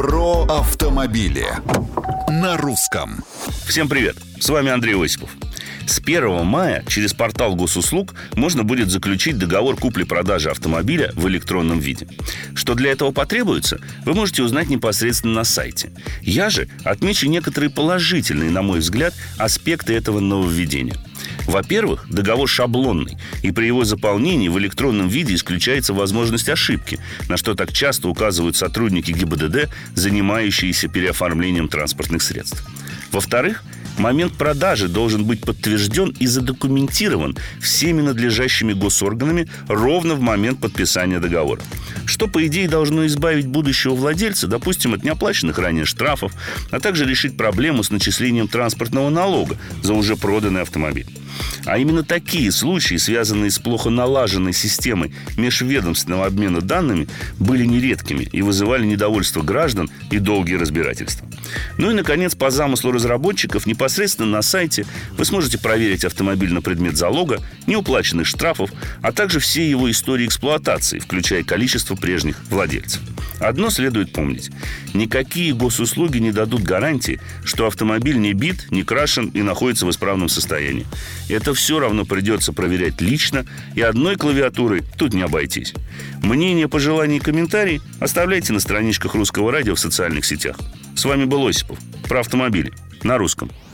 Про автомобили на русском. Всем привет, с вами Андрей Осипов. С 1 мая через портал госуслуг можно будет заключить договор купли-продажи автомобиля в электронном виде. Что для этого потребуется, вы можете узнать непосредственно на сайте. Я же отмечу некоторые положительные, на мой взгляд, аспекты этого нововведения. Во-первых, договор шаблонный, и при его заполнении в электронном виде исключается возможность ошибки, на что так часто указывают сотрудники ГИБДД, занимающиеся переоформлением транспортных средств. Во-вторых, момент продажи должен быть подтвержден и задокументирован всеми надлежащими госорганами ровно в момент подписания договора. Что, по идее, должно избавить будущего владельца, допустим, от неоплаченных ранее штрафов, а также решить проблему с начислением транспортного налога за уже проданный автомобиль. А именно такие случаи, связанные с плохо налаженной системой межведомственного обмена данными, были нередкими и вызывали недовольство граждан и долгие разбирательства. Ну и, наконец, по замыслу разработчиков, непосредственно на сайте вы сможете проверить автомобиль на предмет залога, неуплаченных штрафов, а также все его истории эксплуатации, включая количество прежних владельцев. Одно следует помнить: никакие госуслуги не дадут гарантии, что автомобиль не бит, не крашен и находится в исправном состоянии. Это все равно придется проверять лично, и одной клавиатурой тут не обойтись. Мнения, пожелания и комментарии оставляйте на страничках Русского радио в социальных сетях. С вами был Осипов. Про автомобили на русском.